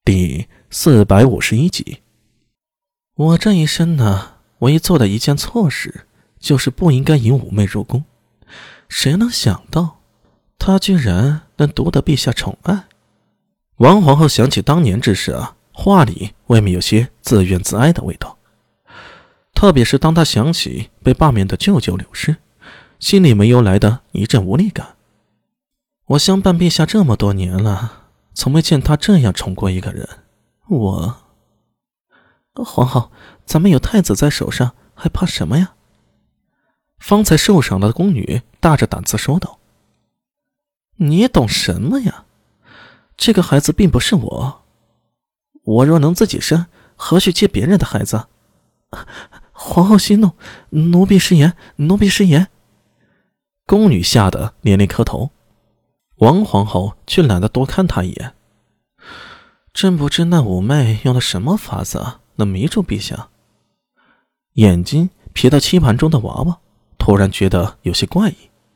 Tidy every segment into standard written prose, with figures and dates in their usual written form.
第451集。我这一生呢，唯一做的一件错事，就是不应该引妩媚入宫。谁能想到，她居然能夺得陛下宠爱。王皇后想起当年之事啊，话里未免有些自怨自哀的味道。特别是当她想起被罢免的舅舅柳氏，心里没由来的一阵无力感。我相伴陛下这么多年了，从没见他这样宠过一个人。皇后，咱们有太子在手上，还怕什么呀？方才受伤的宫女大着胆子说道。你懂什么呀？这个孩子并不是我若能自己生，何须接别人的孩子？皇后息怒，奴婢失言。宫女吓得连连磕头。王皇后却懒得多看她一眼。真不知那妩媚用了什么法子能迷住陛下。眼睛瞥到棋盘中的娃娃，突然觉得有些怪异。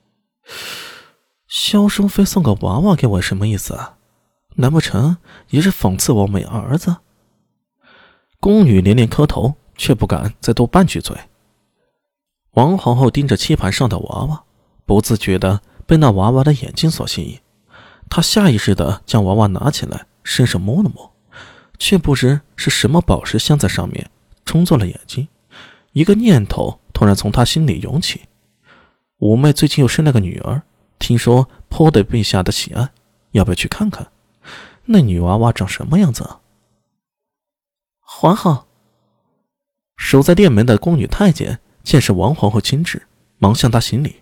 萧淑妃送个娃娃给我什么意思啊？难不成也是讽刺我没儿子？宫女连连磕头，却不敢再多半句嘴。王皇后盯着棋盘上的娃娃，不自觉地被那娃娃的眼睛所吸引。她下意识地将娃娃拿起来，伸手摸了摸，却不知是什么宝石镶在上面，冲作了眼睛。一个念头突然从她心里涌起，妩媚最近又生了个女儿，听说颇得陛下的喜爱，要不要去看看那女娃娃长什么样子啊？皇后，守在殿门的宫女太监见是王皇后亲至，忙向她行礼。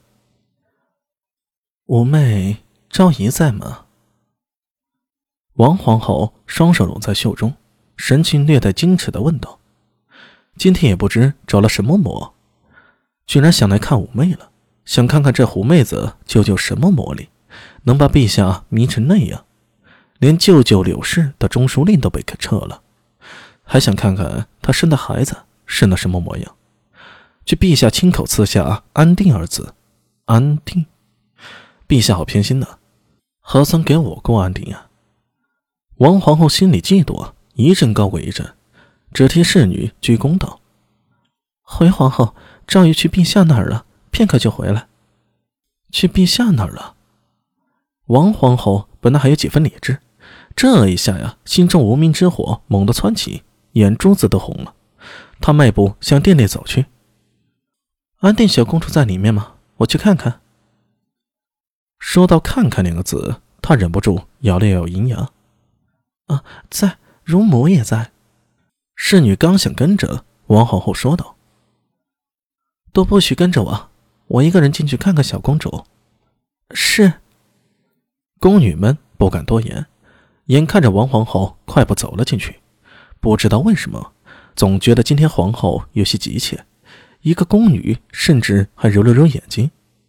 妩媚，昭仪在吗？王皇后双手拢在袖中，神情略带矜持地问道。今天也不知着了什么魔，居然想来看妩媚了，想看看这狐妹子究竟有什么魔力，能把陛下迷成那样，连舅舅柳氏的中书令都被撤了，还想看看她生的孩子生了什么模样。据陛下亲口赐下安定二字，安定，陛下好偏心呢，何曾给我过安定啊？王皇后心里嫉妒一阵高过一阵，只替侍女鞠躬道：回皇后，赵玉去陛下那儿了，片刻就回来。去陛下那儿了？王皇后本来还有几分理智，这一下呀，心中无名之火猛地窜起，眼珠子都红了。她迈步向殿内走去。安定小公主在里面吗？我去看看。说到看看两个字，她忍不住咬了咬银牙。在，乳母也在。侍女刚想跟着，王皇后说道：都不许跟着我一个人进去看看小公主。是。宫女们不敢多言，眼看着王皇后快步走了进去。不知道为什么，总觉得今天皇后有些急切。一个宫女甚至还揉了揉眼睛。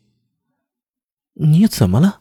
你怎么了？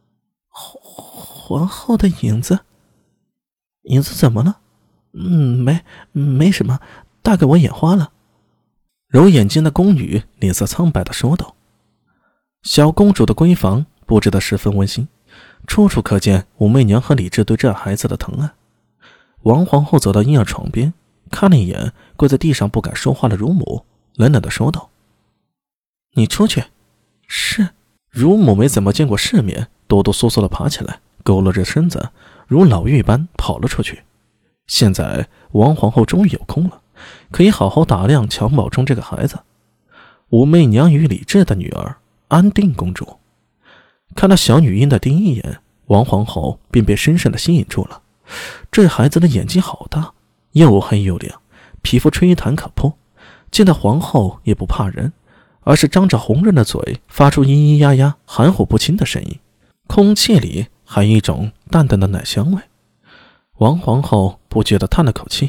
皇后的影子怎么了？没什么，大概我眼花了。揉眼睛的宫女脸色苍白地说道。小公主的闺房布置得十分温馨，处处可见武媚娘和李治对这孩子的疼爱。王皇后走到婴儿床边，看了一眼跪在地上不敢说话的乳母，冷冷地说道：你出去。是。乳母没怎么见过世面，哆哆嗦嗦地爬起来，佝偻着身子，如老妪般跑了出去。现在王皇后终于有空了，可以好好打量襁褓中这个孩子，武媚娘与李治的女儿安定公主。看到小女婴的第一眼，王皇后便被深深地吸引住了。这孩子的眼睛好大，又黑又亮，皮肤吹弹可破，见到皇后也不怕人，而是张着红润的嘴，发出咿咿呀呀含糊不清的声音，空气里还有一种淡淡的奶香味。王皇后不觉得叹了口气。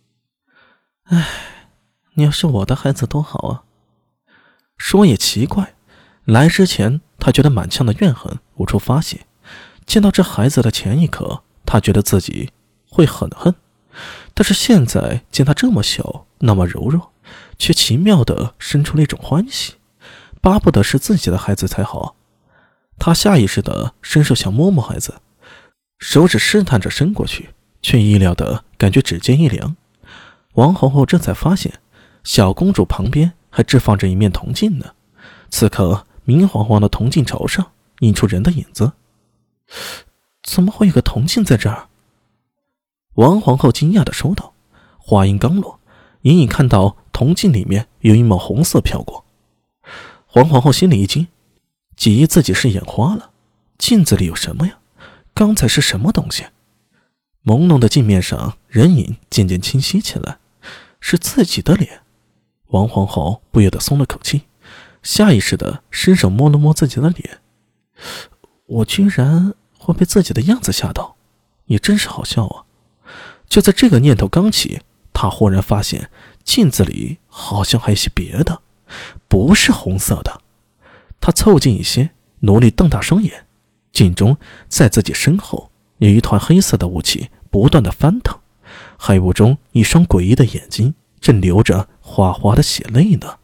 你要是我的孩子多好啊。说也奇怪，来之前她觉得满腔的怨恨无处发泄，见到这孩子的前一刻，她觉得自己会很恨，但是现在见他这么小，那么柔弱，却奇妙地生出了一种欢喜，巴不得是自己的孩子才好。她下意识地伸手想摸摸孩子，手指试探着伸过去， 却意料的感觉指尖一凉。王皇后这才发现，小公主旁边还置放着一面铜镜呢。此刻明晃晃的铜镜朝上，映出人的影子。怎么会有个铜镜在这儿？王皇后惊讶地说道。话音刚落，隐隐看到铜镜里面有一抹红色飘过。王皇后心里一惊，几疑自己是眼花了。镜子里有什么呀？刚才是什么东西？朦胧的镜面上，人影渐渐清晰起来，是自己的脸。王皇后不由得松了口气，下意识地伸手摸了摸自己的脸。我居然会被自己的样子吓到，也真是好笑啊！就在这个念头刚起，她忽然发现镜子里好像还有些别的，不是红色的。她凑近一些，努力瞪大双眼，镜中在自己身后有一团黑色的雾气不断的翻腾，黑雾中一双诡异的眼睛正流着哗哗的血泪呢。